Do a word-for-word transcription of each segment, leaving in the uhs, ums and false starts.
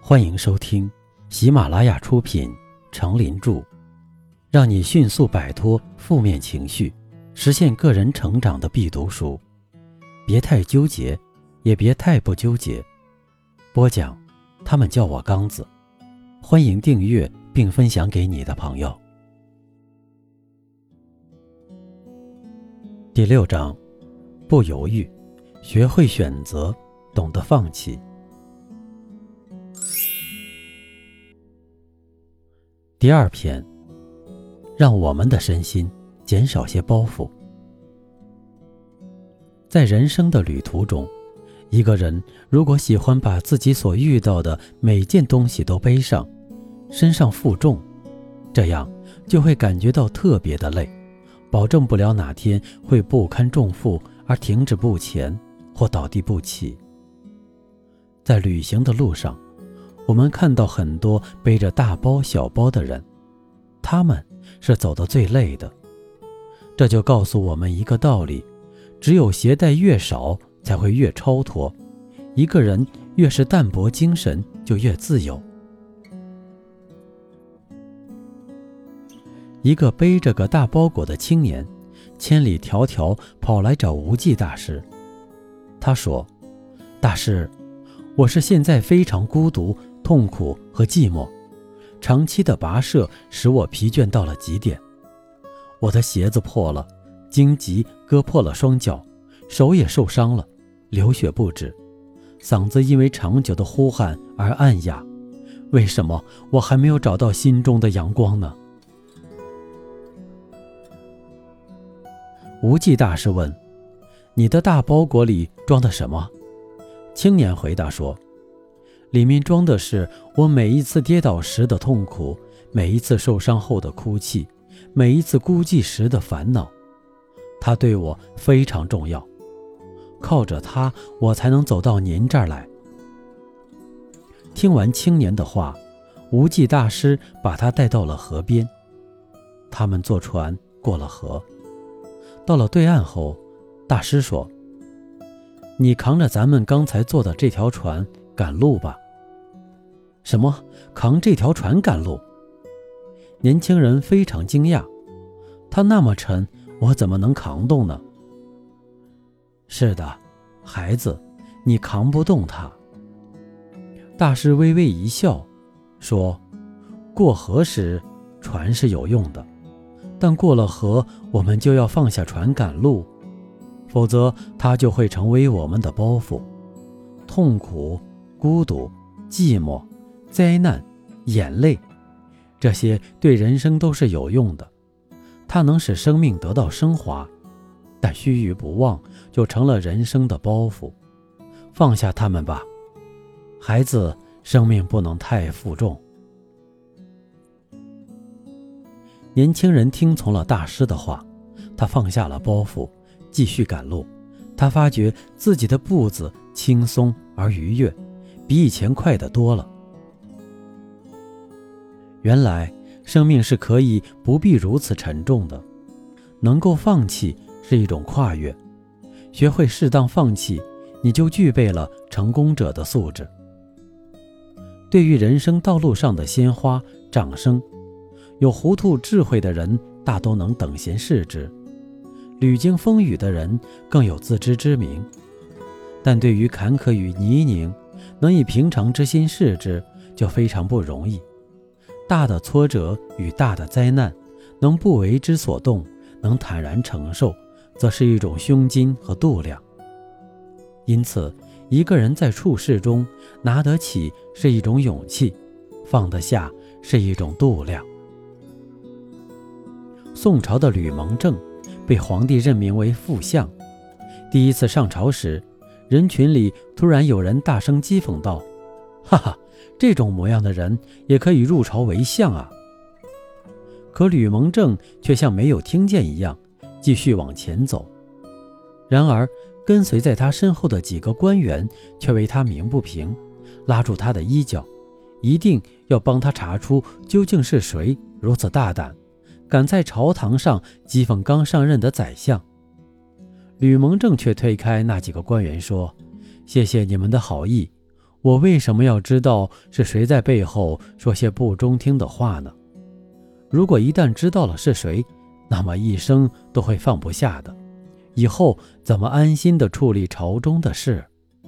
欢迎收听喜马拉雅出品程林著，让你迅速摆脱负面情绪，实现个人成长的必读书。别太纠结，也别太不纠结。播讲，他们叫我刚子。欢迎订阅并分享给你的朋友。第六章，不犹豫，学会选择，懂得放弃。第二篇，让我们的身心减少些包袱。在人生的旅途中，一个人如果喜欢把自己所遇到的每件东西都背上，身上负重，这样就会感觉到特别的累，保证不了哪天会不堪重负而停止不前或倒地不起。在旅行的路上，我们看到很多背着大包小包的人，他们是走得最累的。这就告诉我们一个道理，只有携带越少，才会越超脱。一个人越是淡泊精神，就越自由。一个背着个大包裹的青年，千里迢迢跑来找无忌大师。他说：大师，我是现在非常孤独、痛苦和寂寞，长期的跋涉使我疲倦到了极点。我的鞋子破了，荆棘割破了双脚，手也受伤了，流血不止，嗓子因为长久的呼喊而暗哑。为什么我还没有找到心中的阳光呢？无忌大师问：你的大包裹里装的什么？青年回答说：里面装的是我每一次跌倒时的痛苦，每一次受伤后的哭泣，每一次孤寂时的烦恼。它对我非常重要，靠着它，我才能走到您这儿来。听完青年的话，无忌大师把他带到了河边。他们坐船过了河，到了对岸后，大师说：你扛着咱们刚才坐的这条船赶路吧。什么？扛这条船赶路？年轻人非常惊讶，它那么沉，我怎么能扛动呢？是的，孩子，你扛不动它。大师微微一笑，说：过河时船是有用的，但过了河，我们就要放下船赶路，否则它就会成为我们的包袱。痛苦、孤独、寂寞、灾难、眼泪，这些对人生都是有用的，它能使生命得到升华，但须臾不忘就成了人生的包袱。放下它们吧，孩子，生命不能太负重。年轻人听从了大师的话，他放下了包袱，继续赶路。他发觉自己的步子轻松而愉悦，比以前快得多了。原来生命是可以不必如此沉重的，能够放弃是一种跨越。学会适当放弃，你就具备了成功者的素质。对于人生道路上的鲜花、掌声，有糊涂智慧的人大都能等闲视之，屡经风雨的人更有自知之明。但对于坎坷与泥泞，能以平常之心视之，就非常不容易。大的挫折与大的灾难，能不为之所动，能坦然承受，则是一种胸襟和度量。因此，一个人在处事中拿得起是一种勇气，放得下是一种度量。宋朝的吕蒙正被皇帝任命为副相。第一次上朝时，人群里突然有人大声讥讽道：哈哈，这种模样的人也可以入朝为相啊！可吕蒙正却像没有听见一样，继续往前走。然而跟随在他身后的几个官员却为他鸣不平，拉住他的衣角，一定要帮他查出究竟是谁如此大胆，敢在朝堂上讥讽刚上任的宰相。吕蒙正却推开那几个官员说：谢谢你们的好意， 我为什么要知道是谁在背后说些不中听的话呢？如果一旦知道了是谁，那么一生都会放不下的，以后怎么安心地处理朝中的事？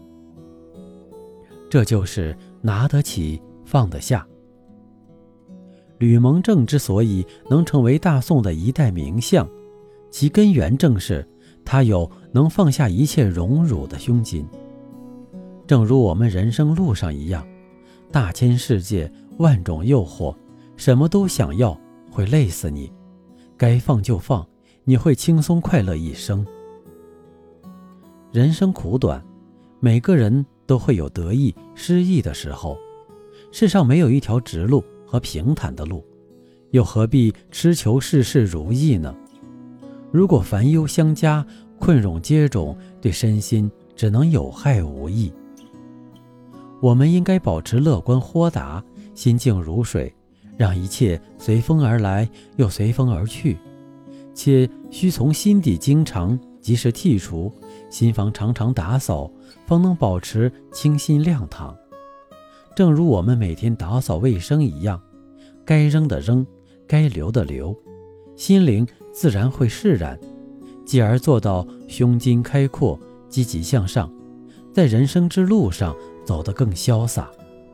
这就是拿得起放得下。吕蒙正之所以能成为大宋的一代名相，其根源正是他有能放下一切荣辱的胸襟。正如我们人生路上一样，大千世界，万种诱惑，什么都想要会累死你，该放就放，你会轻松快乐一生。人生苦短，每个人都会有得意失意的时候，世上没有一条直路和平坦的路，又何必痴求事事如意呢？如果烦忧相加，困扰接踵，对身心只能有害无益。我们应该保持乐观豁达，心静如水，让一切随风而来又随风而去，且需从心底经常及时剔除，心房常常打扫，方能保持清新亮堂。正如我们每天打扫卫生一样，该扔的扔，该留的留，心灵自然会释然，继而做到胸襟开阔，积极向上，在人生之路上走得更潇洒。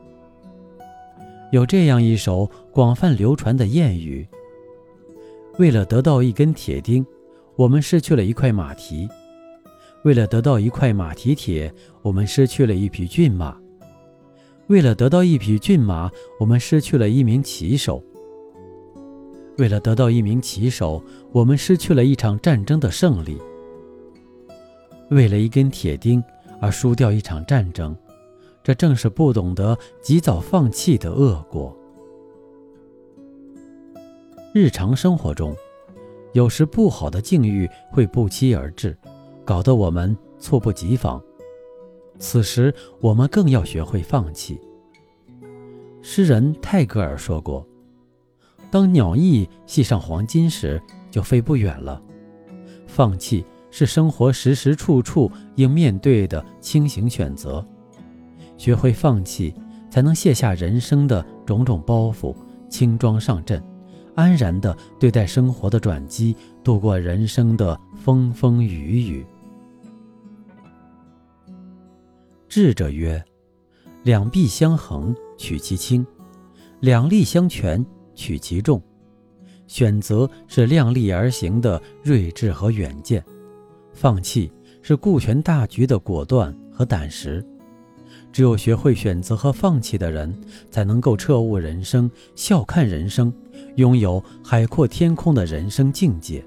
有这样一首广泛流传的谚语：为了得到一根铁钉，我们失去了一块马蹄；为了得到一块马蹄铁，我们失去了一匹骏马；为了得到一匹骏马，我们失去了一名骑手；为了得到一名骑手，我们失去了一场战争的胜利。为了一根铁钉而输掉一场战争，这正是不懂得及早放弃的恶果。日常生活中，有时不好的境遇会不期而至，搞得我们猝不及防。此时我们更要学会放弃。诗人泰戈尔说过，当鸟翼系上黄金时，就飞不远了。放弃是生活时时处处应面对的清醒选择。学会放弃，才能卸下人生的种种包袱，轻装上阵，安然地对待生活的转机，度过人生的风风雨雨。智者曰：两臂相衡，取其轻；两利相权，取其重。选择是量力而行的睿智和远见，放弃是顾全大局的果断和胆识。只有学会选择和放弃的人，才能够彻悟人生，笑看人生，拥有海阔天空的人生境界。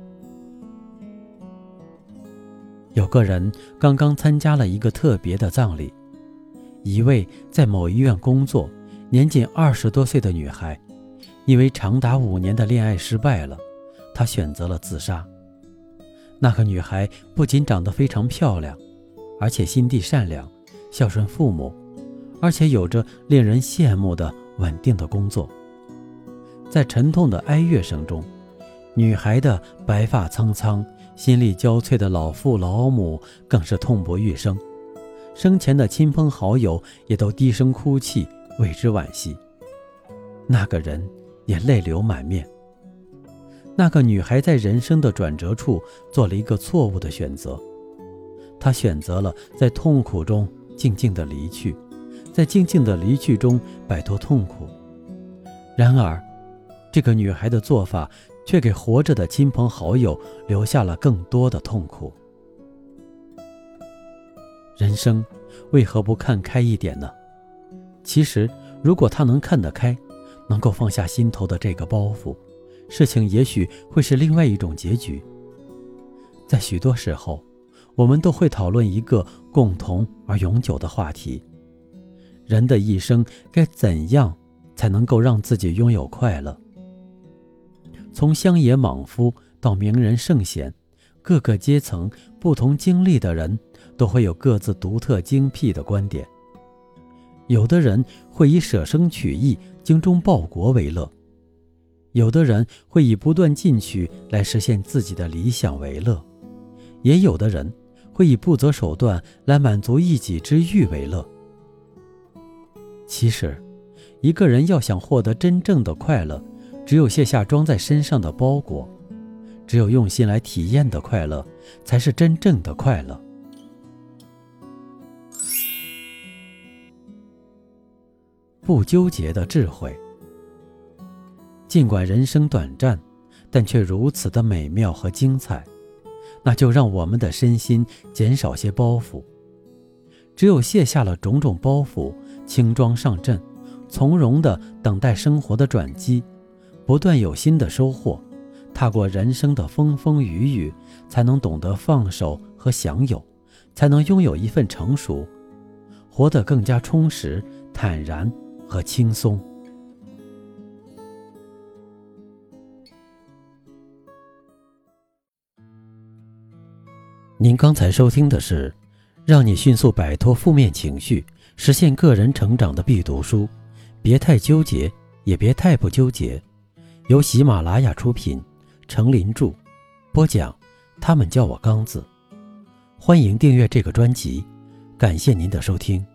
有个人刚刚参加了一个特别的葬礼，一位在某医院工作，年仅二十多岁的女孩，因为长达五年的恋爱失败了，她选择了自杀。那个女孩不仅长得非常漂亮，而且心地善良，孝顺父母，而且有着令人羡慕的稳定的工作。在沉痛的哀乐声中，女孩的白发苍苍，心力交瘁的老父老母更是痛不欲生，生前的亲朋好友也都低声哭泣，为之惋惜。那个人也泪流满面。那个女孩在人生的转折处做了一个错误的选择，她选择了在痛苦中静静地离去，在静静的离去中摆脱痛苦。然而，这个女孩的做法却给活着的亲朋好友留下了更多的痛苦。人生为何不看开一点呢？其实，如果他能看得开，能够放下心头的这个包袱，事情也许会是另外一种结局。在许多时候，我们都会讨论一个共同而永久的话题：人的一生该怎样才能够让自己拥有快乐？从乡野莽夫到名人圣贤，各个阶层、不同经历的人都会有各自独特精辟的观点。有的人会以舍生取义、精忠报国为乐，有的人会以不断进取来实现自己的理想为乐，也有的人会以不择手段来满足一己之欲为乐。 其实，一个人要想获得真正的快乐，只有卸下装在身上的包裹，只有用心来体验的快乐，才是真正的快乐。不纠结的智慧。尽管人生短暂，但却如此的美妙和精彩，那就让我们的身心减少些包袱。只有卸下了种种包袱，轻装上阵，从容地等待生活的转机，不断有新的收获，踏过人生的风风雨雨，才能懂得放手和享有，才能拥有一份成熟，活得更加充实、坦然和轻松。您刚才收听的是让你迅速摆脱负面情绪，实现个人成长的必读书，别太纠结，也别太不纠结，由喜马拉雅出品，程林著，播讲，他们叫我刚子。欢迎订阅这个专辑，感谢您的收听。